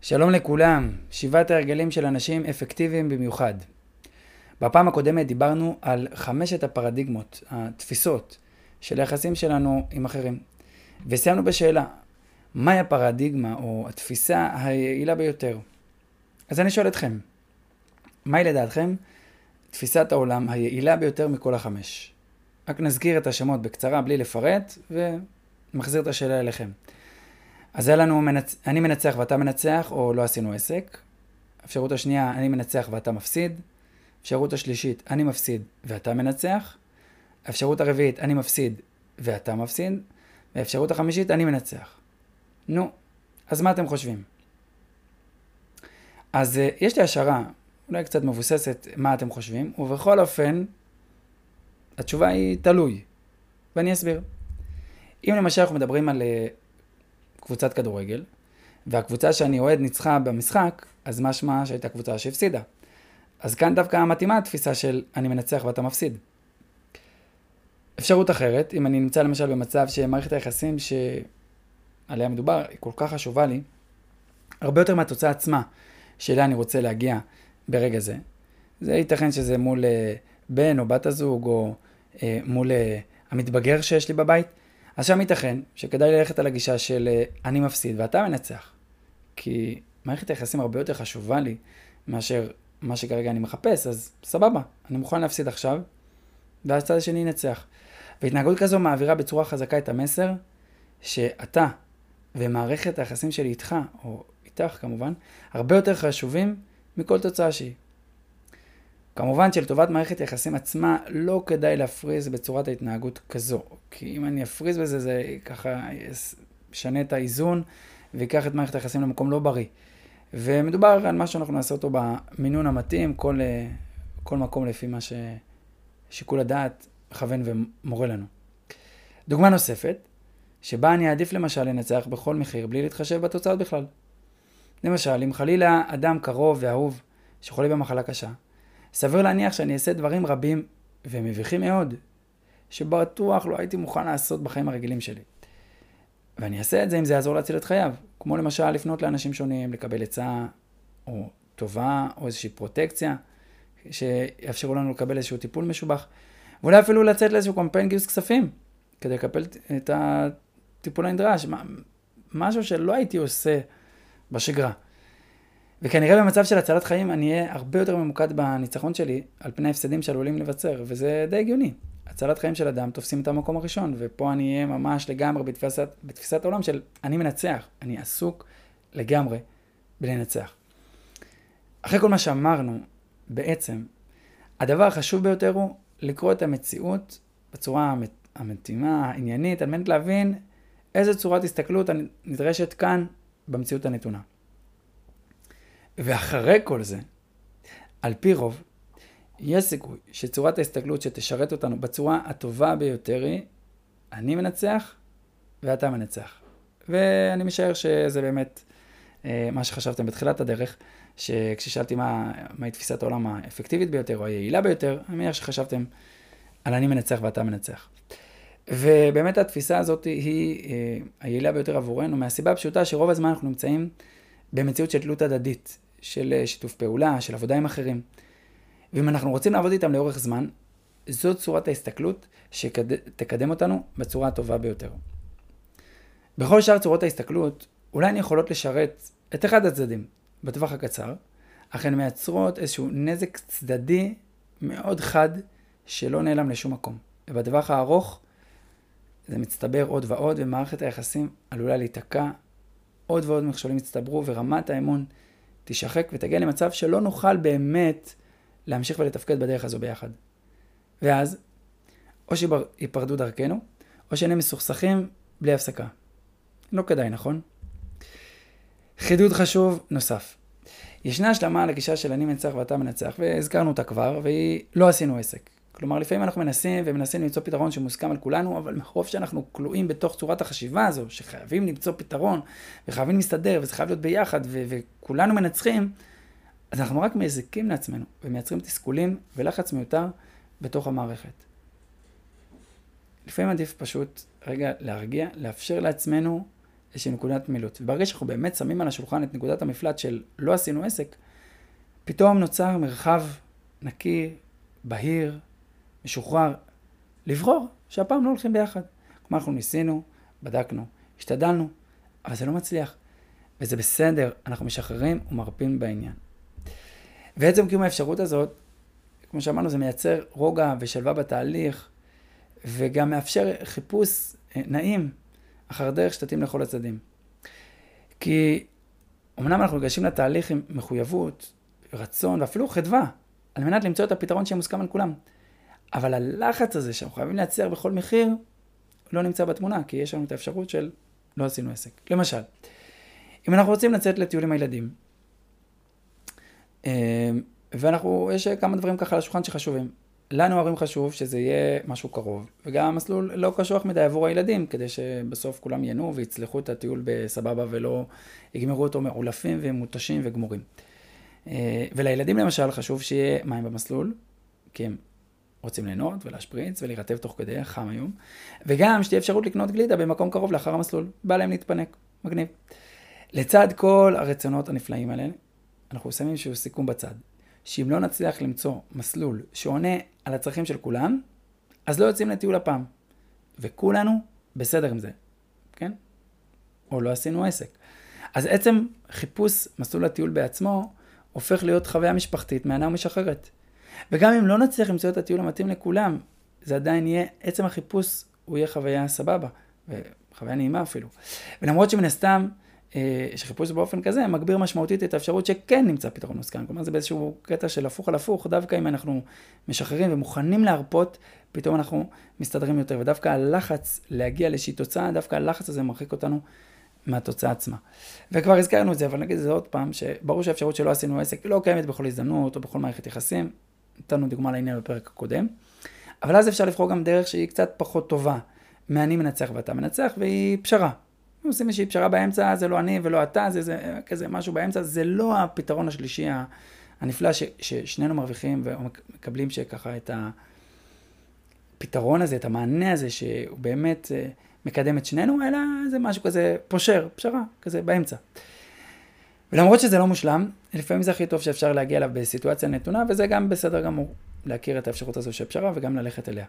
שלום לכולם, 7 הרגלים של אנשים אפקטיביים במיוחד. בפעם הקודמת דיברנו על 5 הפרדיגמות, התפיסות של היחסים שלנו עם אחרים. וסיימנו בשאלה, מהי הפרדיגמה או התפיסה היעילה ביותר? אז אני שואל אתכם, מהי לדעתכם תפיסת העולם היעילה ביותר מכל 5? רק נזכיר את השמות בקצרה בלי לפרט ומחזיר את השאלה אליכם. אז היה לנו אני מנצח ואתה מנצח, או לא עשינו עסק. אפשרות השנייה, אני מנצח ואתה מפסיד. אפשרות השלישית, אני מפסיד ואתה מנצח. אפשרות הרביעית, אני מפסיד ואתה מפסיד. ואפשרות החמישית, אני מנצח. נו, אז מה אתם חושבים? אז יש לי השערה, אולי קצת מבוססת מה אתם חושבים, ובכל אופן, התשובה היא תלוי. ואני אסביר. אם למשל אנחנו מדברים על קבוצת כדורגל, והקבוצה שאני אוהד ניצחה במשחק, אז משמע שהייתה קבוצה שהפסידה. אז כאן דווקא מתאימה התפיסה של אני מנצח ואתה מפסיד. אפשרות אחרת, אם אני נמצא למשל במצב שמערכת היחסים שעליה מדובר היא כל כך חשובה לי, הרבה יותר מהתוצאה עצמה שאליה אני רוצה להגיע ברגע זה. זה ייתכן שזה מול בן או בת הזוג, או מול המתבגר שיש לי בבית. אז שם ייתכן שכדאי ללכת על הגישה של אני מפסיד ואתה מנצח. כי מערכת היחסים הרבה יותר חשובה לי מאשר מה שכרגע אני מחפש, אז סבבה, אני מוכן להפסיד עכשיו, ואז צד השני ינצח. והתנהגות כזו מעבירה בצורה חזקה את המסר שאתה ומערכת היחסים שלי איתך, או איתך כמובן, הרבה יותר חשובים מכל תוצאה שהיא. כמובן שלטובת מערכת היחסים עצמה לא כדאי להפריז בצורת ההתנהגות כזו. כי אם אני אפריז בזה, זה ככה ישנה את האיזון ויקח את מערכת היחסים למקום לא בריא. ומדובר על מה שאנחנו נעשה אותו במינון המתאים, כל מקום לפי מה ששיקול הדעת מכוון ומורה לנו. דוגמה נוספת, שבה אני אעדיף למשל לנצח בכל מחיר בלי להתחשב בתוצאות בכלל. למשל, אם חלילה אדם קרוב ואהוב שחולה במחלה קשה, סביר להניח שאני אעשה דברים רבים ומביכים מאוד, שבטוח לא הייתי מוכן לעשות בחיים הרגילים שלי. ואני אעשה את זה אם זה יעזור להציל את חייו, כמו למשל לפנות לאנשים שונים, לקבל עצה או טובה או איזושהי פרוטקציה, שיאפשרו לנו לקבל איזשהו טיפול משובח, ואולי אפילו לצאת לאיזשהו קמפיין גיוס כספים, כדי לקבל את הטיפול הנדרש, משהו שלא הייתי עושה בשגרה. וכנראה במצב של הצלת חיים אני אהיה הרבה יותר ממוקד בניצחון שלי על פני ההפסדים שעלולים לבצר, וזה די הגיוני. הצלת חיים של אדם תופסים את המקום הראשון, ופה אני אהיה ממש לגמרי בתפיסת העולם של אני מנצח, אני עסוק לגמרי בלנצח. אחרי כל מה שאמרנו, בעצם, הדבר החשוב ביותר הוא לקרוא את המציאות בצורה המתאימה, העניינית, על מנת להבין איזה צורת הסתכלות נדרשת כאן במציאות הנתונה. ואחרי כל זה, על פי רוב, יש סיכוי שצורת ההסתכלות שתשרת אותנו בצורה הטובה ביותר היא, אני מנצח ואתה מנצח. ואני משער שזה באמת מה שחשבתם בתחילת הדרך, שכששאלתי מהי תפיסת העולם האפקטיבית ביותר או היעילה ביותר, אני מניח שחשבתם על אני מנצח ואתה מנצח. ובאמת התפיסה הזאת היא היעילה ביותר עבורנו, מהסיבה הפשוטה שרוב הזמן אנחנו נמצאים במציאות של תלות הדדית, של שיתוף פעולה, של עבודה עם אחרים. ואם אנחנו רוצים לעבוד איתם לאורך זמן, זאת צורת ההסתכלות שתקדם אותנו בצורה הטובה ביותר. בכל שאר צורות ההסתכלות, אולי הן יכולות לשרת את אחד הצדדים בטווח הקצר, אך הן מייצרות איזשהו נזק צדדי מאוד חד שלא נעלם לשום מקום. ובטווח הארוך זה מצטבר עוד ועוד, ומערכת היחסים עלולה להיתקע, עוד ועוד מכשולים יצטברו, ורמת האמון תשחק ותגיע למצב שלא נוכל באמת להמשיך ולתפקד בדרך הזו ביחד. ואז, או שיפרדו דרכנו, או שנהיה מסוכסכים בלי הפסקה. לא כדאי, נכון? חידוד חשוב נוסף. ישנה השלמה לגישה של אני מנצח ואתה מנצח, והזכרנו אותה כבר, והיא לא עשינו עסק. כלומר, לפעמים אנחנו מנסים למצוא פתרון שמוסכם על כולנו, אבל מרוב שאנחנו כלואים בתוך צורת החשיבה הזו, שחייבים למצוא פתרון, וחייבים להסתדר, וזה חייב להיות ביחד, וכולנו מנצחים, אז אנחנו רק מזיקים לעצמנו, ומייצרים תסכולים ולחץ מיותר בתוך המערכת. לפעמים עדיף פשוט רגע להרגיע, לאפשר לעצמנו איזושהי נקודת מילוט. וברגע שאנחנו באמת שמים על השולחן את נקודת המפלט של לא עשינו עסק, פתאום נוצר מרחב נקי, בהיר, משוחרר, לברור שהפעם לא הולכים ביחד. כלומר, אנחנו ניסינו, בדקנו, השתדלנו, אבל זה לא מצליח. וזה בסדר, אנחנו משחררים ומרפים בעניין. ועצם קיום האפשרות הזאת, כמו שאמרנו, זה מייצר רוגע ושלווה בתהליך, וגם מאפשר חיפוש נעים אחר דרך שתתאים לכל הצדדים. כי אמנם אנחנו ניגשים לתהליך עם מחויבות, רצון ואפילו חדווה, על מנת למצוא את הפתרון שמוסכם על כולם. אבל הלחץ הזה שאנחנו חייבים להצליח בכל מחיר, לא נמצא בתמונה, כי יש לנו את האפשרות של לא עשינו עסק. למשל, אם אנחנו רוצים לצאת לטיול עם הילדים, יש כמה דברים ככה על השולחן שחשובים. לנו הורים חשוב שזה יהיה משהו קרוב, וגם המסלול לא קשוח מדי עבור הילדים, כדי שבסוף כולם ייהנו ויצלחו את הטיול בסבבה ולא יגמרו אותו מעולפים ומותשים וגמורים. ולילדים למשל חשוב שיהיה מים במסלול, כי הם רוצים ליהנות ולהשפריץ ולהירטב תוך כדי, חם היום, וגם שתהיה אפשרות לקנות גלידה במקום קרוב לאחר המסלול, בא להם להתפנק, מגניב. לצד כל הרצונות הנפלאים האלה, אנחנו שמים שהוא סיכום בצד, שאם לא נצליח למצוא מסלול שעונה על הצרכים של כולם, אז לא יוצאים לטיול הפעם. וכולנו בסדר עם זה, כן? או לא עשינו עסק. אז עצם חיפוש מסלול הטיול בעצמו, הופך להיות חוויה משפחתית, מענה ומשחררת. וגם אם לא נצליח למצוא את הטיול המתאים לכולם, זה עדיין יהיה, עצם החיפוש הוא יהיה חוויה סבבה, וחוויה נעימה אפילו. ולמרות שמן הסתם, שחיפוש באופן כזה, מגביר משמעותית את האפשרות שכן נמצא פתרון מוסכם. כלומר, זה באיזשהו קטע של הפוך על הפוך, דווקא אם אנחנו משחררים ומוכנים להרפות, פתאום אנחנו מסתדרים יותר. ודווקא הלחץ להגיע לאיזושהי תוצאה, דווקא הלחץ הזה מרחיק אותנו מהתוצאה עצמה. וכבר הזכרנו את זה, אבל נגיד את זה עוד פעם, שברור שהאפשרות שלא עשינו עסק לא קיימת בכל הזדמנות או בכל מערכת יחסים. נתנו דוגמה לעניין בפרק הקודם. אבל אז אפשר לבחור גם דרך שהיא קצת פחות טובה, מאני מנצח ואתה מנצח, והיא פשרה. עושים איזושהי פשרה באמצע, זה לא אני ולא אתה, זה כזה משהו באמצע, זה לא הפתרון השלישי הנפלא ששנינו מרוויחים ומקבלים שככה את הפתרון הזה, את המענה הזה שהוא באמת מקדם את שנינו, אלא זה משהו כזה פשרה, כזה באמצע. ולמרות שזה לא מושלם, לפעמים זה הכי טוב שאפשר להגיע אליו בסיטואציה נתונה, וזה גם בסדר גמור להכיר את האפשרות הזו של פשרה וגם ללכת אליה.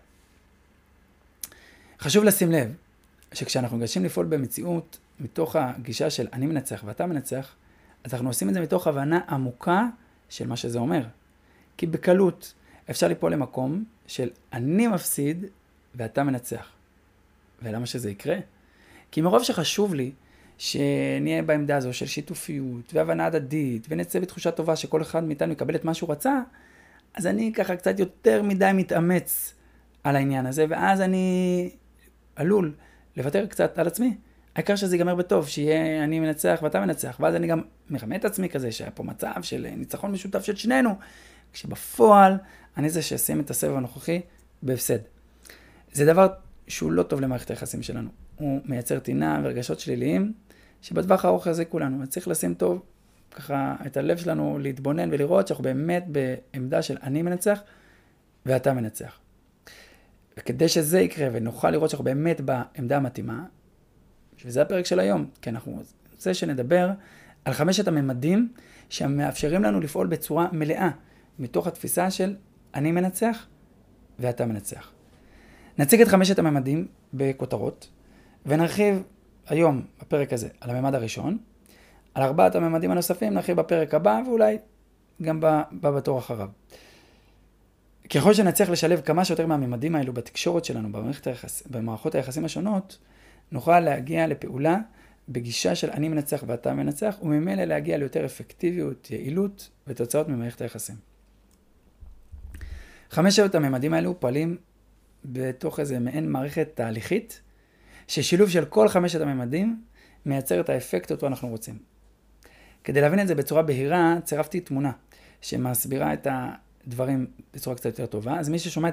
חשוב לשים לב, שכשאנחנו ניגשים לפעול במציאות מתוך הגישה של אני מנצח ואתה מנצח, אז אנחנו עושים את זה מתוך הבנה עמוקה של מה שזה אומר. כי בקלות אפשר ליפול למקום של אני מפסיד ואתה מנצח. ולמה שזה יקרה? כי מרוב שחשוב לי שנהיה בעמדה הזו של שיתופיות והבנה הדדית ונצא בתחושה טובה שכל אחד מאיתנו יקבל את מה שהוא רצה, אז אני ככה קצת יותר מדי מתאמץ על העניין הזה, ואז אני עלול לוותר קצת על עצמי. העיקר שזה ייגמר בטוב, שיהיה אני מנצח ואתה מנצח, ואז אני גם מרמה את עצמי כזה, שהיה פה מצב של ניצחון משותף של שנינו, כשבפועל אני זה שעושים את הסבב הנוכחי בהפסד. זה דבר שהוא לא טוב למערכת היחסים שלנו. הוא מייצר טינה ורגשות שליליים, שבטווח הארוך הזה כולנו. צריך לשים טוב ככה את הלב שלנו להתבונן ולראות שאנחנו באמת בעמדה של אני מנצח ואתה מנצח. וכדי שזה יקרה ונוכל לראות שאנחנו באמת בעמדה המתאימה, וזה הפרק של היום, כי אנחנו רוצה שנדבר על 5 הממדים שמאפשרים לנו לפעול בצורה מלאה, מתוך התפיסה של אני מנצח ואתה מנצח. נציג את 5 הממדים בכותרות, ונרחיב היום בפרק הזה על הממד הראשון, על 4 הממדים הנוספים נרחיב בפרק הבא, ואולי גם בתור אחריו. ככל שנצליח לשלב כמה שיותר מהממדים האלו בתקשורת שלנו, במערכות היחסים השונות, נוכל להגיע לפעולה בגישה של אני מנצח ואתה מנצח, וממילא להגיע ליותר אפקטיביות, יעילות ותוצאות ממערכת היחסים. 5 הממדים האלו פועלים בתוך איזה מעין מערכת תהליכית, ששילוב של כל 5 הממדים מייצר את האפקט אותו אנחנו רוצים. כדי להבין את זה בצורה בהירה, צירפתי תמונה שמסבירה את הדברים בצורה קצת יותר טובה. אז מי ששומע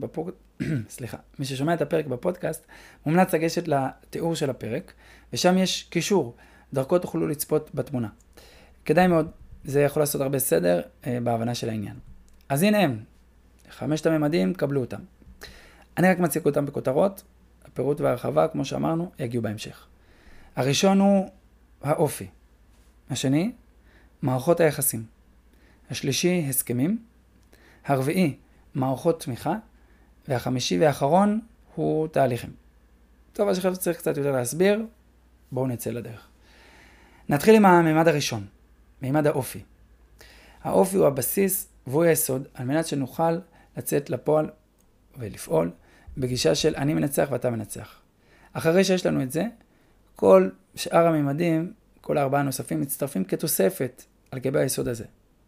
את הפרק בפודקאסט, מומלץ לגשת לתיאור של הפרק, ושם יש קישור, דרכו תוכלו לצפות בתמונה. כדאי מאוד, זה יכול לעשות הרבה סדר בהבנה של העניין. אז הנה הם, 5 הממדים, קבלו אותם. אני רק מציג אותם בכותרות, הפירוט והרחבה, כמו שאמרנו, יגיעו בהמשך. הראשון הוא האופי. השני, מערכות היחסים. השלישי, הסכמים. הרביעי, מערכות תמיכה. והחמישי והאחרון הוא תהליכים. טוב, אז עכשיו צריך קצת יותר להסביר. בואו נצא לדרך. נתחיל עם הממד הראשון, ממד האופי. האופי הוא הבסיס והוא היסוד על מנת שנוכל לצאת לפועל ולפעול בגישה של אני מנצח ואתה מנצח. אחרי שיש לנו את זה, כל שאר הממדים, כל 4 נוספים מצטרפים כתוספת על גבי היסוד הזה.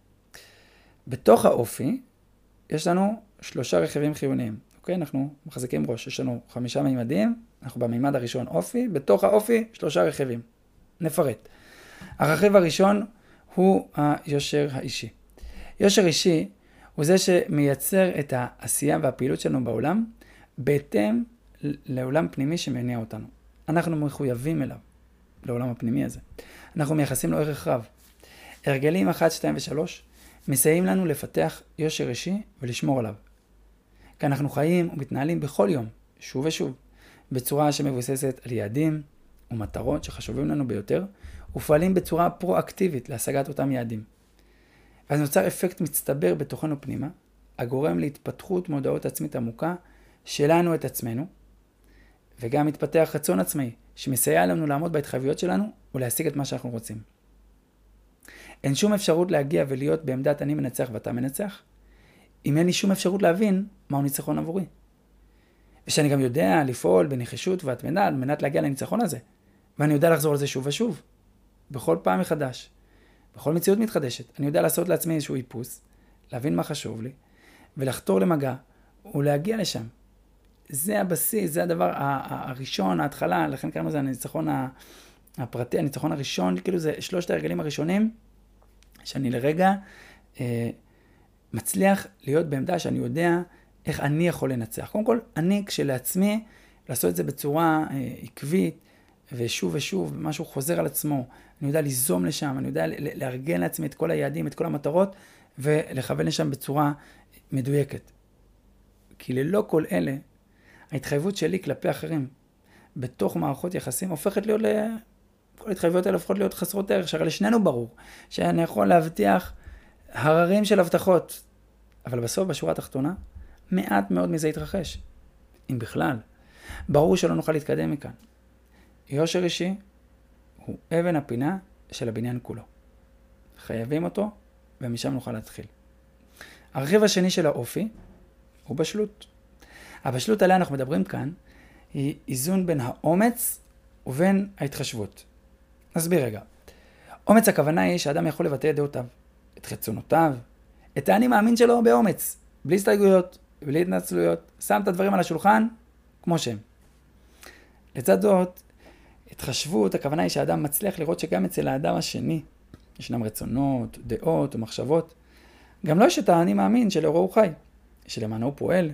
בתוך האופי יש לנו 3 רכיבים חיוניים. אוקיי? אנחנו מחזיקים ראש. יש לנו 5 ממדים, אנחנו בממד הראשון אופי, בתוך האופי 3 רכיבים. נפרט. הרכיב הראשון הוא היושר האישי. יושר אישי הוא זה שמייצר את העשייה והפעילות שלנו בעולם, בהתאם לעולם פנימי שמניע אותנו. אנחנו מחויבים אליו, לעולם הפנימי הזה. אנחנו מייחסים לו ערך רב. הרגלים 1, 2 ו-3 מסייעים לנו לפתח יושר אישי ולשמור עליו. כי אנחנו חיים ומתנהלים בכל יום, שוב ושוב, בצורה שמבוססת על יעדים ומטרות שחשובים לנו ביותר, ופועלים בצורה פרואקטיבית להשגת אותם יעדים. ואז נוצר אפקט מצטבר בתוכנו פנימה, הגורם להתפתחות מודעות עצמית עמוקה שלנו את עצמנו, וגם מתפתח רצון עצמאי שמסייע לנו לעמוד בהתחייבויות שלנו ולהשיג את מה שאנחנו רוצים. אין שום אפשרות להגיע ולהיות בעמדת אני מנצח ואתה מנצח, אם אין לי שום אפשרות להבין מהו ניצחון עבורי. ושאני גם יודע לפעול בנחישות והתמדה על מנת להגיע לניצחון הזה. ואני יודע לחזור על זה שוב ושוב. בכל פעם מחדש. בכל מציאות מתחדשת. אני יודע לעשות לעצמי איזשהו איפוס, להבין מה חשוב לי, ולחתור למגע, ולהגיע לשם. זה הבסיס, זה הדבר הראשון, ההתחלה, לכן קראנו לזה הניצחון הפרטי, הניצחון הראשון, כאילו זה 3 ההרגלים הראשונים, שאני לרגע מצליח להיות בעמדה שאני יודע איך אני יכול לנצח. קודם כל, אני כשלעצמי, לעשות את זה בצורה עקבית, ושוב ושוב, משהו חוזר על עצמו, אני יודע ליזום לשם, אני יודע לארגן לעצמי את כל היעדים, את כל המטרות, ולכוון לשם בצורה מדויקת. כי ללא כל אלה, ההתחייבות שלי כלפי אחרים, בתוך מערכות יחסים, הופכת להיות כל ההתחייבויות האלה הופכות להיות חסרות ערך, שהרי לשנינו ברור, שאני יכול להבטיח הררים של הבטחות, אבל בסוף, בשורה התחתונה, מעט מאוד מזה יתרחש. אם בכלל, ברור שלא נוכל להתקדם מכאן. יושר אישי הוא אבן הפינה של הבניין כולו. חייבים אותו, ומשם נוכל להתחיל. הרכיב השני של האופי הוא בשלות. הבשלות עליה אנחנו מדברים כאן, היא איזון בין האומץ ובין ההתחשבות. נסביר רגע. אומץ הכוונה היא שאדם יכול לבטא את דעותיו, את רצונותיו, את האני מאמין שלו באומץ, בלי הסתייגויות, בלי התנצלויות, שם את הדברים על השולחן כמו שהם. לצד זאת, התחשבות, הכוונה היא שהאדם מצליח לראות שגם אצל האדם השני ישנם רצונות, דעות ומחשבות. גם לא יש את האני מאמין שלאורו הוא חי, שלמענו הוא פועל.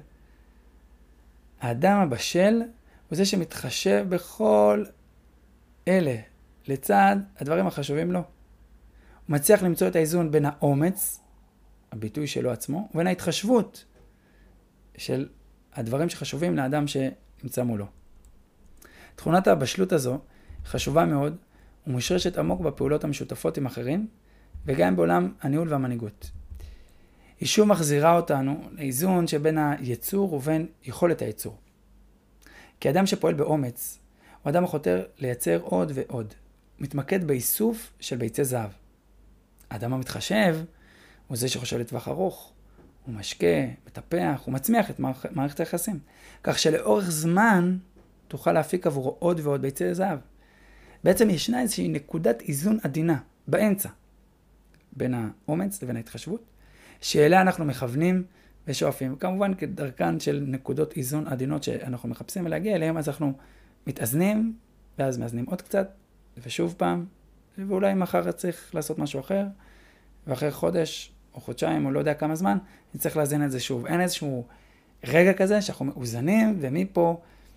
האדם הבשל הוא זה שמתחשב בכל אלה, לצד הדברים החשובים לו. הוא מצליח למצוא את האיזון בין האומץ, הביטוי שלו עצמו, ובין ההתחשבות של הדברים שחשובים לאדם שנמצא מולו. תכונת הבשלות הזו חשובה מאוד ומושרשת עמוק בפעולות המשותפות עם אחרים, וגם בעולם הניהול והמנהיגות. היא שוב מחזירה אותנו לאיזון שבין היצור ובין יכולת היצור. כי אדם שפועל באומץ, הוא אדם החותר לייצר עוד ועוד. הוא מתמקד באיסוף של ביצי זהב. האדם המתחשב הוא זה שחושב לטווח ארוך. הוא משקה, מטפח, הוא מצמיח את מערכת היחסים. כך שלאורך זמן תוכל להפיק עבורו עוד ועוד ביצי זהב. בעצם ישנה איזושהי נקודת איזון עדינה באמצע, בין האומץ לבין ההתחשבות, שאליה אנחנו מכוונים ושואפים. כמובן כדרכן של נקודות איזון עדינות שאנחנו מחפשים ולהגיע אליהם, אז אנחנו מתאזנים, ואז מאזנים עוד קצת, ושוב פעם, ואולי מחר צריך לעשות משהו אחר, ואחרי חודש או חודשיים או לא יודע כמה זמן, נצטרך לאזן את זה שוב. אין איזשהו רגע כזה שאנחנו מאוזנים, ומפה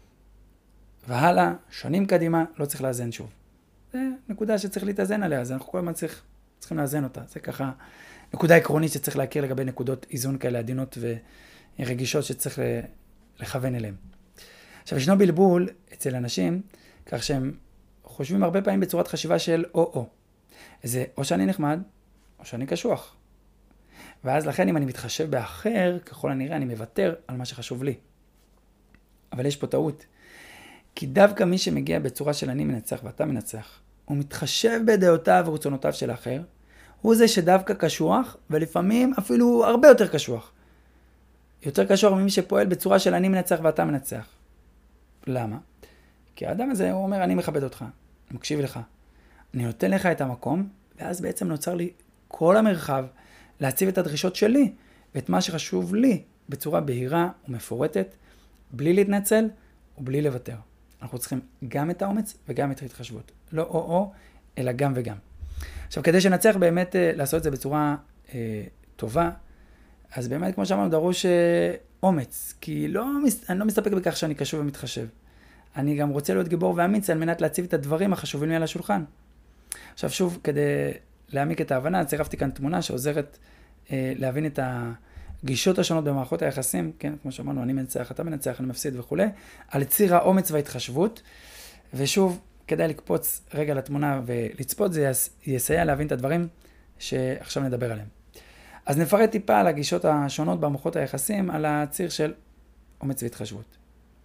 והלאה, שנים קדימה, לא צריך לאזן שוב. זה נקודה שצריך להתאזן עליה, אז אנחנו כל הזמן צריכים לאזן אותה. זה ככה נקודה עקרונית שצריך להכיר לגבי נקודות איזון כאלה עדינות ורגישות שצריך לכוון אליהן. עכשיו, ישנו בלבול אצל אנשים, כך שהם חושבים הרבה פעמים בצורת חשיבה של או. זה או שאני נחמד, או שאני קשוח. ואז לכן אם אני מתחשב באחר, ככל הנראה אני מוותר על מה שחשוב לי. אבל יש פה טעות. כי דווקא מי שמגיע בצורה של אני מנצח ואתה מנצח, הוא מתחשב בדעותיו ורצונותיו של האחר, הוא זה שדווקא קשוח, ולפעמים אפילו הרבה יותר קשוח. יותר קשוח ממי שפועל בצורה של אני מנצח ואתה מנצח. למה? כי האדם הזה הוא אומר אני מכבד אותך, אני מקשיב לך, אני נותן לך את המקום, ואז בעצם נוצר לי כל המרחב להציב את הדרישות שלי, ואת מה שחשוב לי בצורה בהירה ומפורטת, בלי להתנצל ובלי לוותר. אנחנו צריכים גם את האומץ וגם את ההתחשבות. לא או, אלא גם וגם. עכשיו, כדי שנצליח באמת לעשות את זה בצורה טובה, אז באמת, כמו שאמרנו, דרוש אומץ, כי אני לא מסתפק בכך שאני קשוב ומתחשב. אני גם רוצה להיות גיבור ואמיץ על מנת להציב את הדברים החשובים לי על השולחן. עכשיו, שוב, כדי להעמיק את ההבנה, צירפתי כאן תמונה שעוזרת להבין את הגישות השונות במערכות היחסים, כן, כמו שאמרנו, אני מנצח, אתה מנצח, אני מפסיד וכו', על ציר האומץ וההתחשבות, ושוב, כדאי לקפוץ רגע לתמונה ולצפות, זה יסייע להבין את הדברים שעכשיו נדבר עליהם. אז נפרט טיפה על הגישות השונות במערכות היחסים, על הציר של אומץ והתחשבות.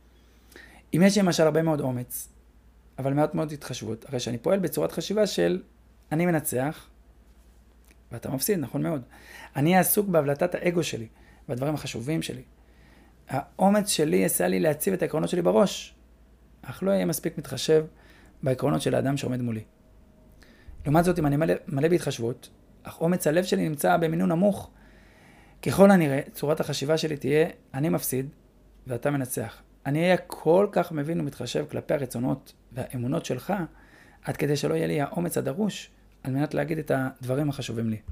אם יש למשל הרבה מאוד אומץ, אבל מעט מאוד התחשבות, הרי שאני פועל בצורת חשיבה של אני מנצח, ואתה מפסיד, נכון מאוד. אני עסוק בהבלטת האגו שלי, והדברים החשובים שלי. האומץ שלי יסע לי להציב את העקרונות שלי בראש, אך לא יהיה מספיק מתחשב בעקרונות של האדם שעומד מולי. לעומת זאת, אם אני מלא בהתחשבות, אך אומץ הלב שלי נמצא במינון נמוך, ככל הנראה, צורת החשיבה שלי תהיה, אני מפסיד ואתה מנצח. אני אהיה כל כך מבין ומתחשב כלפי הרצונות והאמונות שלך, עד כדי שלא יהיה לי האומץ הדרוש, על מנת להגיד את הדברים החשובים לי.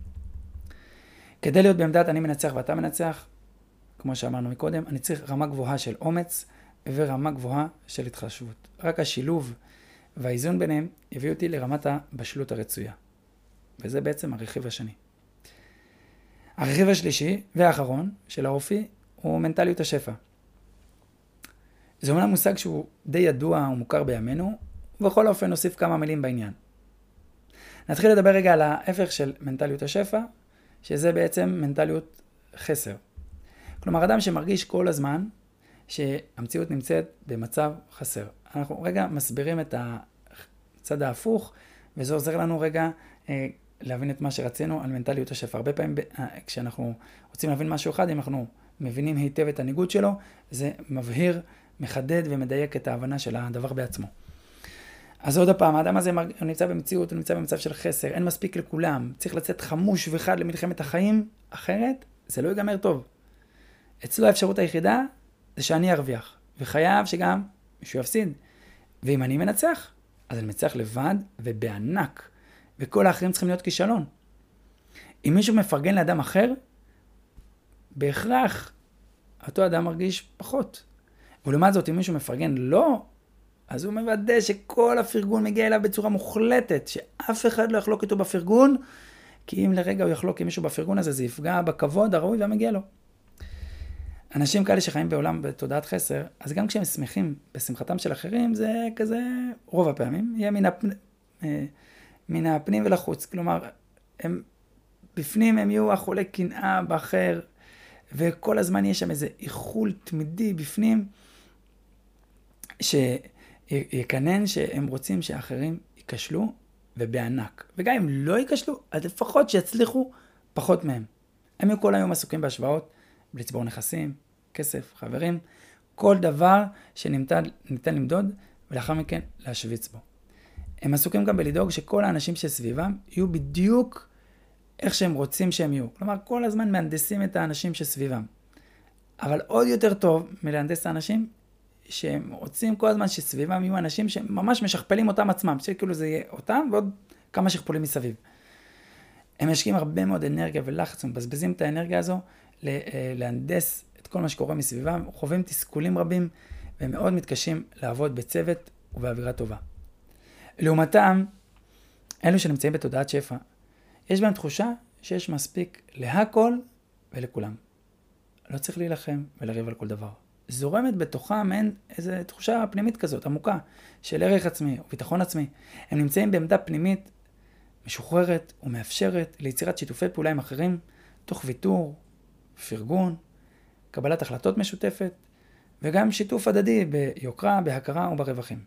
כדי להיות בעמדת אני מנצח ואתה מנצח, כמו שאמרנו מקודם, אני צריך רמה גבוהה של אומץ ורמה גבוהה של התחשבות. רק השילוב והאיזון ביניהם הביא אותי לרמת הבשלות הרצויה. וזה בעצם הרכיב השני. הרכיב השלישי והאחרון של האופי הוא מנטליות השפע. זה אומנם מושג שהוא די ידוע ומוכר בימינו, ובכל אופן נוסיף כמה מילים בעניין. נתחיל לדבר רגע על ההפך של מנטליות השפע, שזה בעצם מנטליות חסר. כלומר, אדם שמרגיש כל הזמן שהמציאות נמצאת במצב חסר. אנחנו רגע מסבירים את הצד ההפוך, וזה עוזר לנו רגע להבין את מה שרצינו על מנטליות השפע. הרבה פעמים כשאנחנו רוצים להבין משהו אחד, אם אנחנו מבינים היטב את הניגוד שלו, זה מבהיר, מחדד ומדייק את ההבנה של הדבר בעצמו. אז עוד הפעם, האדם הזה נמצא במציאות, הוא נמצא במצב של חסר, אין מספיק לכולם, צריך לצאת חמוש וחד למלחמת החיים, אחרת זה לא ייגמר טוב. אצלו האפשרות היחידה זה שאני ארוויח, וחייב שגם מישהו יפסיד. ואם אני מנצח, אז אני מצליח לבד ובענק, וכל האחרים צריכים להיות כישלון. אם מישהו מפרגן לאדם אחר, בהכרח אותו אדם מרגיש פחות. ולעומת זאת, אם מישהו מפרגן לא, אז הוא מוודא שכל הפרגון מגיע אליו בצורה מוחלטת, שאף אחד לא יחלוק איתו בפרגון, כי אם לרגע הוא יחלוק עם מישהו בפרגון הזה, זה יפגע בכבוד הראוי והמגיע לו. אנשים כאלה שחיים בעולם בתודעת חסר, אז גם כשהם שמחים בשמחתם של אחרים, זה כזה רוב הפעמים, יהיה מן הפנים ולחוץ. כלומר, בפנים הם יהיו החולה קנאה באחר, וכל הזמן יש שם איזה איחול תמידי בפנים, שיקנן שהם רוצים שאחרים ייכשלו ובענק. וגם אם לא ייכשלו, אז לפחות שיצליחו פחות מהם. הם יהיו כל היום עסוקים בהשוואות, לצבור נכסים, כסף, חברים, כל דבר שניתן למדוד ולאחר מכן להשוויץ בו. הם עסוקים גם בלדאוג שכל האנשים שסביבם יהיו בדיוק איך שהם רוצים שהם יהיו. כלומר, כל הזמן מהנדסים את האנשים שסביבם. אבל עוד יותר טוב מלהנדס את האנשים שהם רוצים כל הזמן שסביבם יהיו אנשים שממש משכפלים אותם עצמם, שכאילו זה יהיה אותם ועוד כמה שכפולים מסביב. הם משקיעים הרבה מאוד אנרגיה ולחץ, מבזבזים את האנרגיה הזו להנדס את כל מה שקורה מסביבם, חווים תסכולים רבים והם מאוד מתקשים לעבוד בצוות ובאווירה טובה. לעומתם, אלו שנמצאים בתודעת שפע, יש בהם תחושה שיש מספיק להכל ולכולם. לא צריך להילחם ולריב על כל דבר. זורמת בתוכם אין איזו תחושה פנימית כזאת, עמוקה, של ערך עצמי וביטחון עצמי. הם נמצאים בעמדה פנימית משוחררת ומאפשרת ליצירת שיתופי פעולה עם אחרים, תוך ויתור, פרגון, קבלת החלטות משותפת, וגם שיתוף הדדי ביוקרה, בהכרה וברווחים.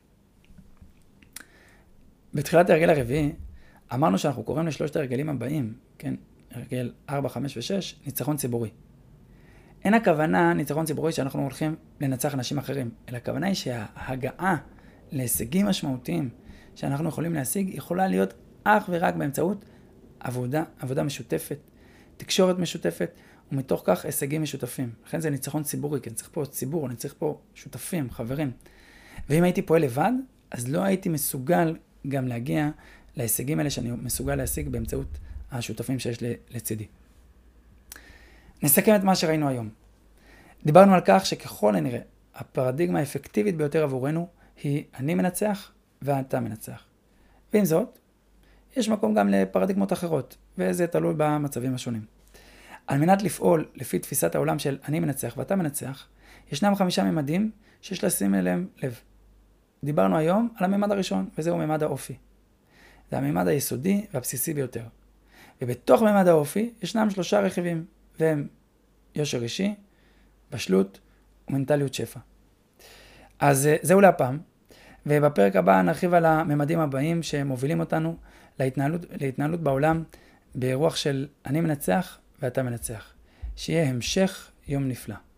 בתחילת הרגל הרביעי, אמרנו שאנחנו קוראים לשלושת הרגלים הבאים, כן? הרגל 4, 5 ו-6, ניצחון ציבורי. אין הכוונה ניצחון ציבורי שאנחנו הולכים לנצח אנשים אחרים, אלא הכוונה היא שההגעה להישגים משמעותיים שאנחנו יכולים להשיג, יכולה להיות אך ורק באמצעות עבודה משותפת, תקשורת משותפת, ומתוך כך הישגים משותפים. לכן זה ניצחון ציבורי, כי אני צריך פה ציבור, אני צריך פה שותפים, חברים. ואם הייתי פועל לבד, אז לא הייתי מסוגל גם להגיע להישגים האלה שאני מסוגל להשיג באמצעות השותפים שיש לצידי. נסכם את מה שראינו היום. דיברנו על כך שככל הנראה, הפרדיגמה האפקטיבית ביותר עבורנו היא אני מנצח ואתה מנצח. ועם זאת, יש מקום גם לפרדיגמות אחרות, וזה תלוי במצבים השונים. על מנת לפעול לפי תפיסת העולם של אני מנצח ואתה מנצח, ישנם 5 ממדים שיש לשים אליהם לב. דיברנו היום על הממד הראשון, וזהו ממד האופי. זה הממד היסודי והבסיסי ביותר. ובתוך ממד האופי ישנם 3 רכיבים, והם יושר אישי, בשלות ומנטליות שפע. אז זהו להפעם, ובפרק הבא נרחיב על הממדים הבאים שמובילים אותנו להתנהלות בעולם ברוח של אני מנצח ואתה מנצח. שיהיה המשך יום נפלא.